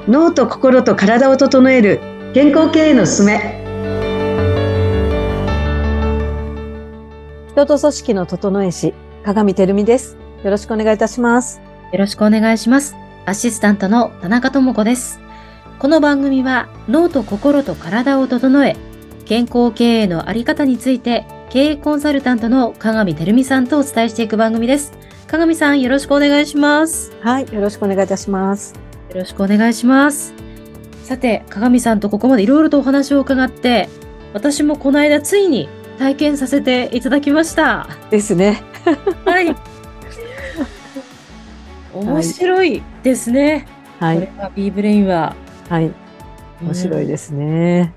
脳と心と体を整える健康経営のすすめ。人と組織の整え師、鏡てるみです。よろしくお願いいたします。 よろしくお願いします。アシスタントの田中智子です。この番組は脳と心と体を整え、健康経営のあり方について経営コンサルタントの鏡てるみさんとお伝えしていく番組です。鏡さん、よろしくお願いします。 はい、よろしくお願いいたします。 よろしくお願いします。さて、鏡さんとここまでいろいろとお話を伺って、私もこの間ついに体験させていただきました。 ですね。 はい。面白いですね。 はい。 これは B ブレインは。 はい。面白いですね。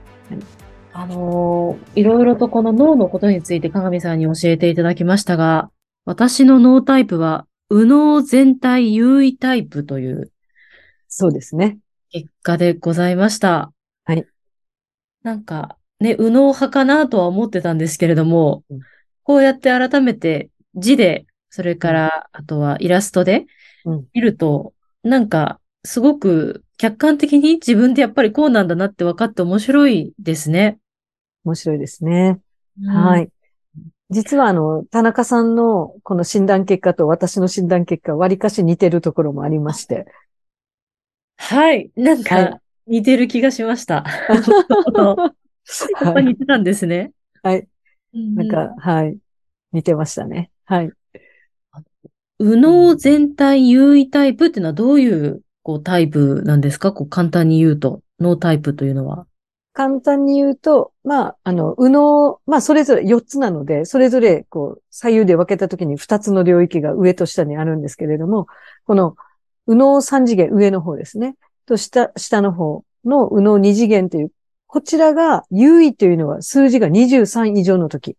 いろいろとこの脳のことについて鏡さんに教えていただきましたが、私の脳タイプは、右脳全体優位タイプというそうですね。 結果でございました。 はい。 なんか、ね、右脳派かなとは思ってたんですけれども、こうやって改めて字で、それから、あとはイラストで見ると、なんか、すごく客観的に自分でやっぱりこうなんだなって分かって面白いですね。 面白いですね。はい。実は田中さんのこの診断結果と私の診断結果、わりかし似てるところもありまして。 はい。なんか、似てる気がしました。やっぱ似てたんですね。 はい。なんか、はい。似てましたね。はい。 右脳全体優位タイプっていうのはどういうタイプなんですか？簡単に言うと、脳タイプというのは。 簡単に言うと、右脳、それぞれ4つなので、それぞれ、左右で分けたときに2つの領域が上と下にあるんですけれども、この、右脳3次元、上の方ですね。と、下の方の右脳2次元という、こちらが、優位というのは数字が23以上のとき。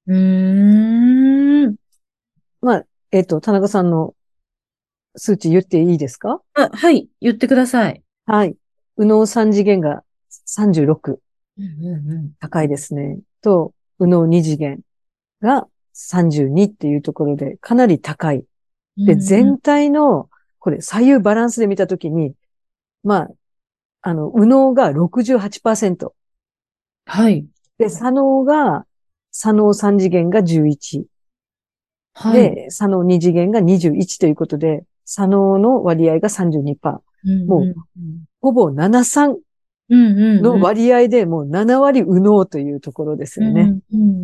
田中さんの数値言っていいですか？ はい、言ってください。 はい。右脳3次元が36。高いですね。と、右脳2次元が32っていうところで、かなり高い。で、全体の、これ、左右バランスで見たときに、右脳が 68%。 はい。 で、左脳3次元が11。 はい。 で、左脳2次元が21ということで、左脳の割合が 32%。もう、ほぼ73の割合でもう7割右脳というところですよね。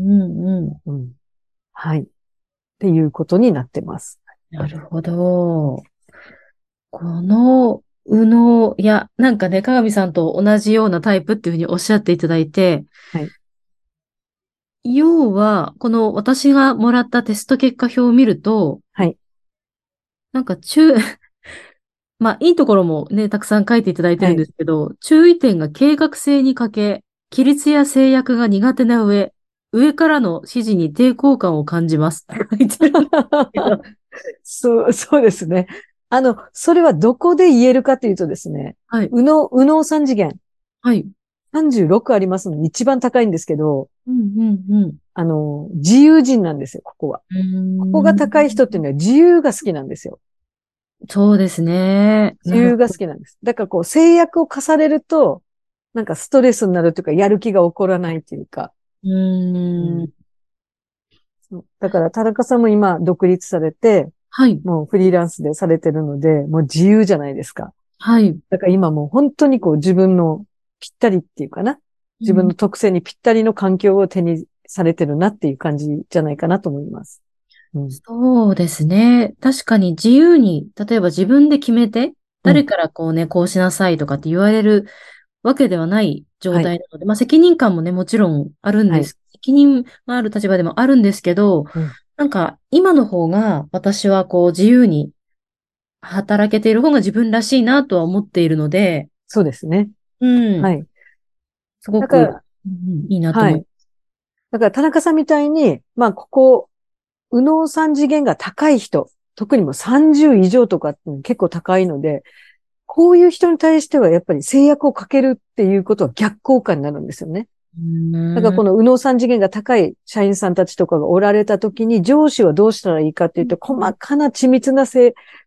はい。っていうことになってます。 なるほど。この右脳、いや、なんかね、鏡さんと同じようなタイプっていうふうにおっしゃっていただいて、 はい。 要は、この私がもらったテスト結果表を見ると、 はい。 なんかいいところもね、たくさん書いていただいてるんですけど、注意点が計画性に欠け、規律や制約が苦手な上からの指示に抵抗感を感じますって書いてるんですけど。 そうですね。それはどこで言えるかというとですね、 はい。 右脳3次元。 はい。 36ありますので一番高いんですけど、 うん。 自由人なんですよ、ここは。ここが高い人っていうのは自由が好きなんですよ。 そうですね。 自由が好きなんです。だから制約を課されると、なんかストレスになるというか、やる気が起こらないというか。だから、田中さんも今独立されて、 はい。 もうフリーランスでされてるので、もう自由じゃないですか。 はい。 だから今もう本当に自分のぴったりっていうかな。自分の特性にぴったりの環境を手にされてるなっていう感じじゃないかなと思います。 そうですね。確かに自由に、例えば自分で決めて、誰からこうしなさいとかって言われるわけではない状態なので、責任感もね、もちろんあるんです。責任がある立場でもあるんですけど、なんか今の方が私は自由に働けている方が自分らしいなとは思っているので、 そうですね。はい。 すごくいいなと思います。 だから田中さんみたいに、右脳三次元が高い人、特にもう30以上とかって結構高いので、こういう人に対してはやっぱり制約をかけるっていうことは逆効果になるんですよね。だからこの右脳三次元が高い社員さんたちとかがおられた時に上司はどうしたらいいかっていうと、細かな緻密な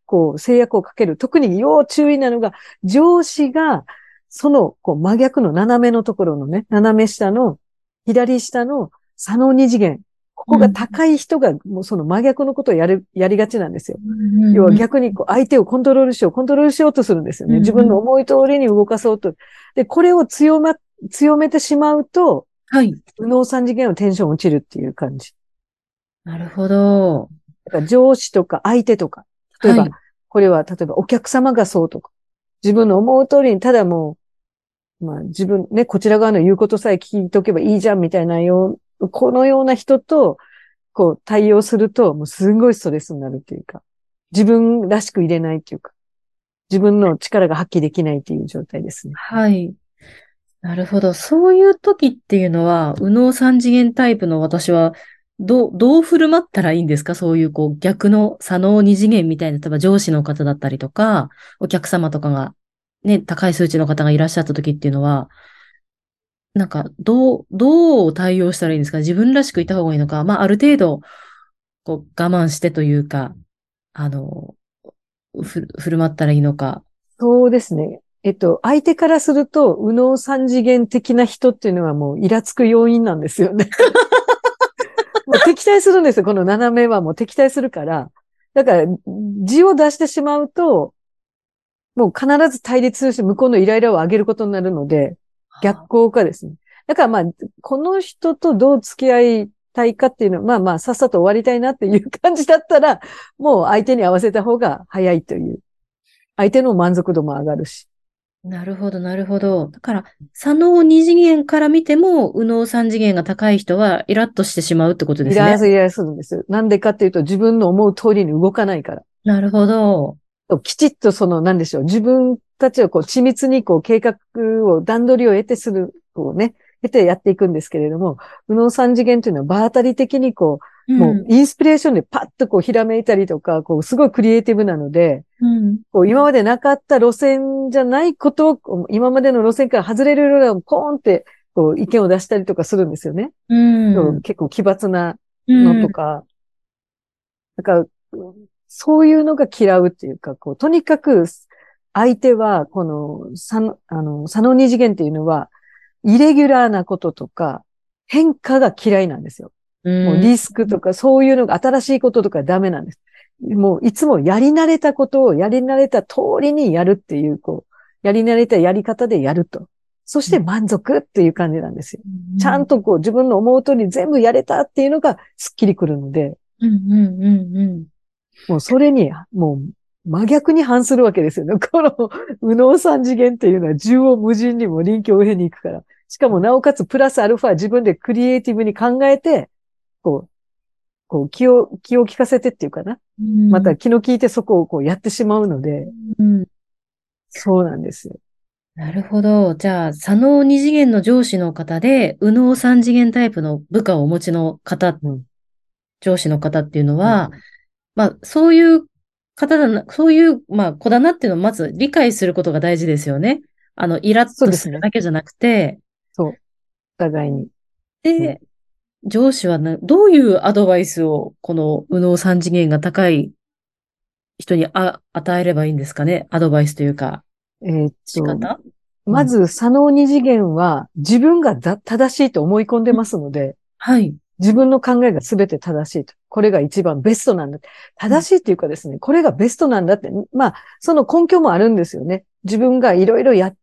制約をかける。特に要注意なのが、上司が、その、真逆の斜めのところのね、斜め下の、左下の左脳二次元。ここが高い人が、もうその真逆のことをやりがちなんですよ。要は逆に相手をコントロールしようとするんですよね。自分の思い通りに動かそうと。で、これを強めてしまうと、 はい。 右脳三次元のテンション落ちるっていう感じ。 なるほど。 だから上司とか相手とか、例えば、 はい。 例えばお客様がそうとか、自分の思う通りにただもう、自分ね、こちら側の言うことさえ聞いとけばいいじゃんみたいなこのような人と、対応すると、もうすんごいストレスになるっていうか、自分らしく入れないっていうか、自分の力が発揮できないっていう状態ですね。 はい。なるほど。そういう時っていうのは、右脳三次元タイプの私は、どう振る舞ったらいいんですか？そういう逆の左脳二次元みたいな、例えば上司の方だったりとか、お客様とかが、ね、高い数値の方がいらっしゃった時っていうのは、なんか、どう対応したらいいんですか？自分らしくいた方がいいのか、ある程度、我慢してというか、あの、振る舞ったらいいのか。 そうですね。相手からすると、右脳三次元的な人っていうのはもうイラつく要因なんですよね。もう敵対するんですよ。この斜めはもう敵対するから。だから、字を出してしまうと、もう必ず対立するし、向こうのイライラを上げることになるので、逆効果ですね。だからこの人とどう付き合いたいかっていうのは、さっさと終わりたいなっていう感じだったら、もう相手に合わせた方が早いという。相手の満足度も上がるし。 なるほど、なるほど。だから、左脳二次元から見ても、右脳三次元が高い人はイラッとしてしまうってことですね。 イライラするんですよ。なんでかっていうと、自分の思う通りに動かないから。 なるほど。 きちっとなんでしょう。自分たちは緻密に計画を、段取りを得て得てやっていくんですけれども、右脳三次元というのは場当たり的にもうインスピレーションでパッとひらめいたりとか、すごいクリエイティブなので、今までなかった路線じゃないことを、今までの路線から外れるようなポーンって、意見を出したりとかするんですよね。結構奇抜なのとか。だから、そういうのが嫌うっていうか、とにかく、相手は、左脳二次元っていうのは、イレギュラーなこととか、変化が嫌いなんですよ。もうリスクとか、そういうのが新しいこととかダメなんです。もういつもやり慣れたことをやり慣れた通りにやるっていう、やり慣れたやり方でやると。そして満足っていう感じなんですよ。ちゃんと自分の思う通りに全部やれたっていうのがスッキリくるので、もうそれに、もう真逆に反するわけですよね。この右脳三次元っていうのは縦横無尽にも臨機応変に行くから。しかもなおかつプラスアルファ自分でクリエイティブに考えて、気を利かせてっていうかな。また気の利いてそこをやってしまうので、そうなんですよ。 なるほど。じゃあ、左脳二次元の上司の方で、右脳三次元タイプの部下をお持ちの方、上司の方っていうのは、そういう方だな、そういう、子だなっていうのをまず理解することが大事ですよね。イラッとするだけじゃなくて。 そう。お互いに。 で、上司はどういうアドバイスを、この右脳三次元が高い人に与えればいいんですかね？アドバイスというか、仕方？ まず、左脳二次元は自分が正しいと思い込んでますので、 はい。 自分の考えが全て正しいと。これが一番ベストなんだ。正しいっていうかですね、これがベストなんだって、その根拠もあるんですよね。自分がいろいろやって、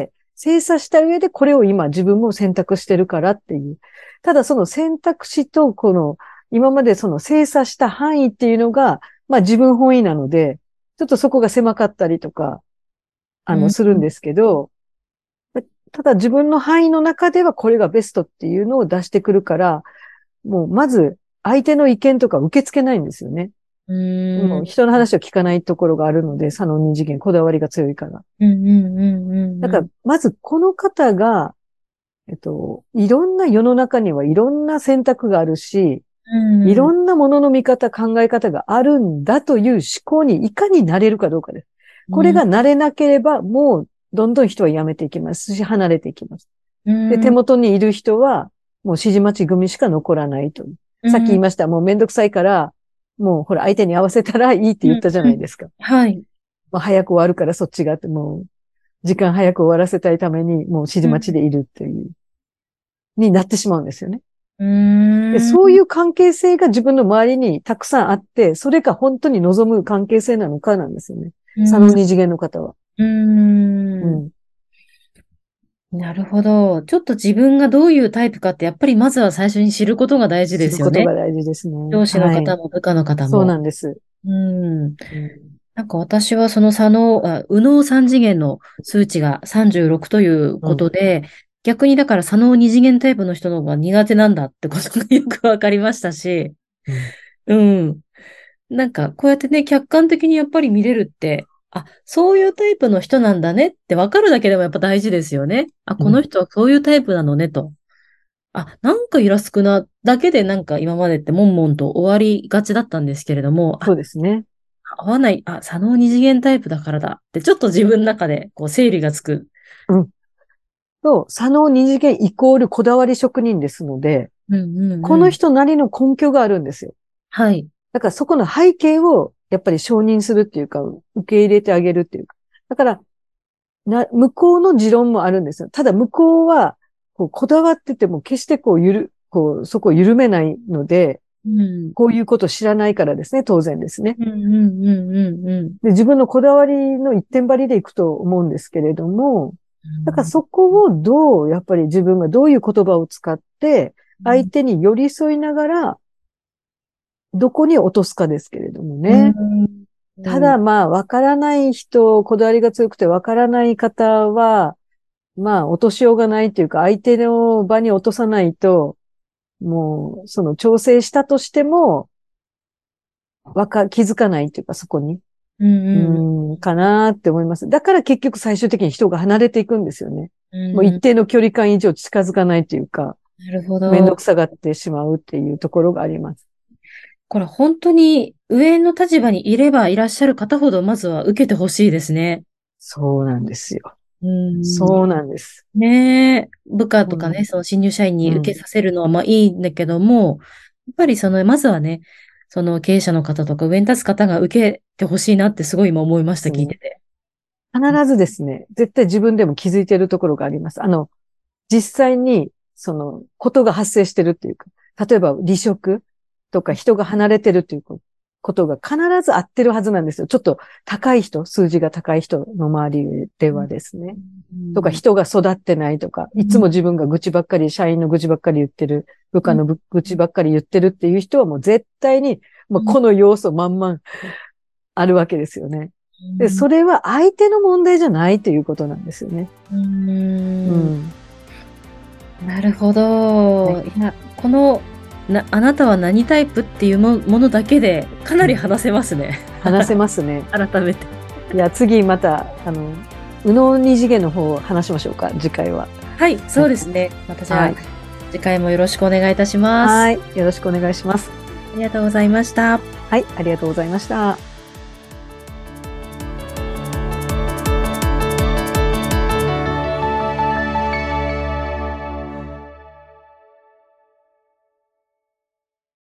精査した上でこれを今自分も選択してるからっていう。ただその選択肢と今までその精査した範囲っていうのが、自分本位なので、ちょっとそこが狭かったりとか、するんですけど、ただ自分の範囲の中ではこれがベストっていうのを出してくるから、もうまず相手の意見とか受け付けないんですよね。もう人の話を聞かないところがあるので、左脳二次元、こだわりが強いから。だから、まずこの方が、いろんな世の中にはいろんな選択があるし、いろんなものの見方、考え方があるんだという思考にいかになれるかどうかです。これがなれなければ、もうどんどん人は辞めていきますし、離れていきます。で、手元にいる人は、もう指示待ち組しか残らないという。さっき言いました、もうめんどくさいから、 もうほら相手に合わせたらいいって言ったじゃないですか。 はい。 まあ、早く終わるからそっちがって、もう、時間早く終わらせたいために、もう指示待ちでいるっていう、になってしまうんですよね。で、そういう関係性が自分の周りにたくさんあって、それが本当に望む関係性なのかなんですよね。左脳二次元の方は。うん。 なるほど。ちょっと自分がどういうタイプかって、やっぱりまずは最初に知ることが大事知ですよね。 ることが大事ですね。 上司のはい。 方も部下の方そうなも。 んです。 うん。 うん、 なんか私はその右脳3次元の数値が36といううん、 ことで、逆にだから左脳2次元タイプの人の方が苦手なんだってことがよくわかりましたし、 うん。 うん。なんかこうやってね、客観的にやっぱり見れるって、あ、そういうタイプの人なんだねってわかるだけでもやっぱ大事ですよね。あ、この人はそういうタイプなのねと。あ、なんかイラつくな、だけでなんか今までって悶々と終わりがちだったんですけれども、 そうですね。 合わない、左脳二次元タイプだからだって、ちょっと自分の中でこう整理がつく。 うん。と、左脳二次元イコールこだわり職人ですので、 うんうんこのうん。 人なりの根拠があるんですよ。 はい。 だからそこの背景をやっぱり承認するっていうか、受け入れてあげるっていうか。だから、向こうの持論もあるんですよ。ただ向こうは、こだわってても決してそこを緩めないので、 うん。 こういうことを知らないからですね、当然ですね。 うんうんうんうんうん。 で、自分のこだわりの一点張りでいくと思うんですけれども、だからうんそこをやっぱり自分がどういう言葉を使って、相手に寄り添いながら、どこに落とすかですけれどもね。ただまあ、わからない人、こだわりが強くてわからない方は、まあ、落としようがないというか、相手の場に落とさないと、もう、その調整したとしても、気づかないというか、そこに。 うんうんかなって思います。だから結局最終的に人が離れていくんですよね。もううん。 一定の距離感以上近づかないというか、 なるほめんどど。 くさがってしまうっていうところがあります。 これ本当に上の立場にいればいらっしゃる方ほどまずは受けてほしいですね。 そうなんですよ。 うん。 そうなんです。 ねえ、部下とかね、 そうなんです。 その新入社員に受けうん。 させるのはまあいいんだけども、やっぱりまずはね、その経営者の方とか上に立つ方が受けてほしいなってすごい今思いました、 ですね。 聞いてて。 必ずですね、絶対自分でも気づいているところがあります。実際に、ことが発生してるっていうか、例えば離職とか人が離れてるっていうことが必ず合ってるはずなんですよ。ちょっと高い人、数字が高い人の周りではですね。とか人が育ってないとか、いつも自分が愚痴ばっかり、社員の愚痴ばっかり言ってる、部下の愚痴ばっかり言ってるっていう人はもう絶対に、もうこの要素満々あるわけですよね。で、それは相手の問題じゃないということなんですよね。うん。 なるほど。 ね、 いや、あなたは何タイプっていうものだけでかなり話せますね。 話せますね。 改めて。 いや、次また、右脳二次元の方を話しましょうか、次回は。 はい、そうですね。またじゃあ、 はい。 次回もよろしくお願いいたします。 はい。よろしくお願いします。 ありがとうございました。 はい。ありがとうございました。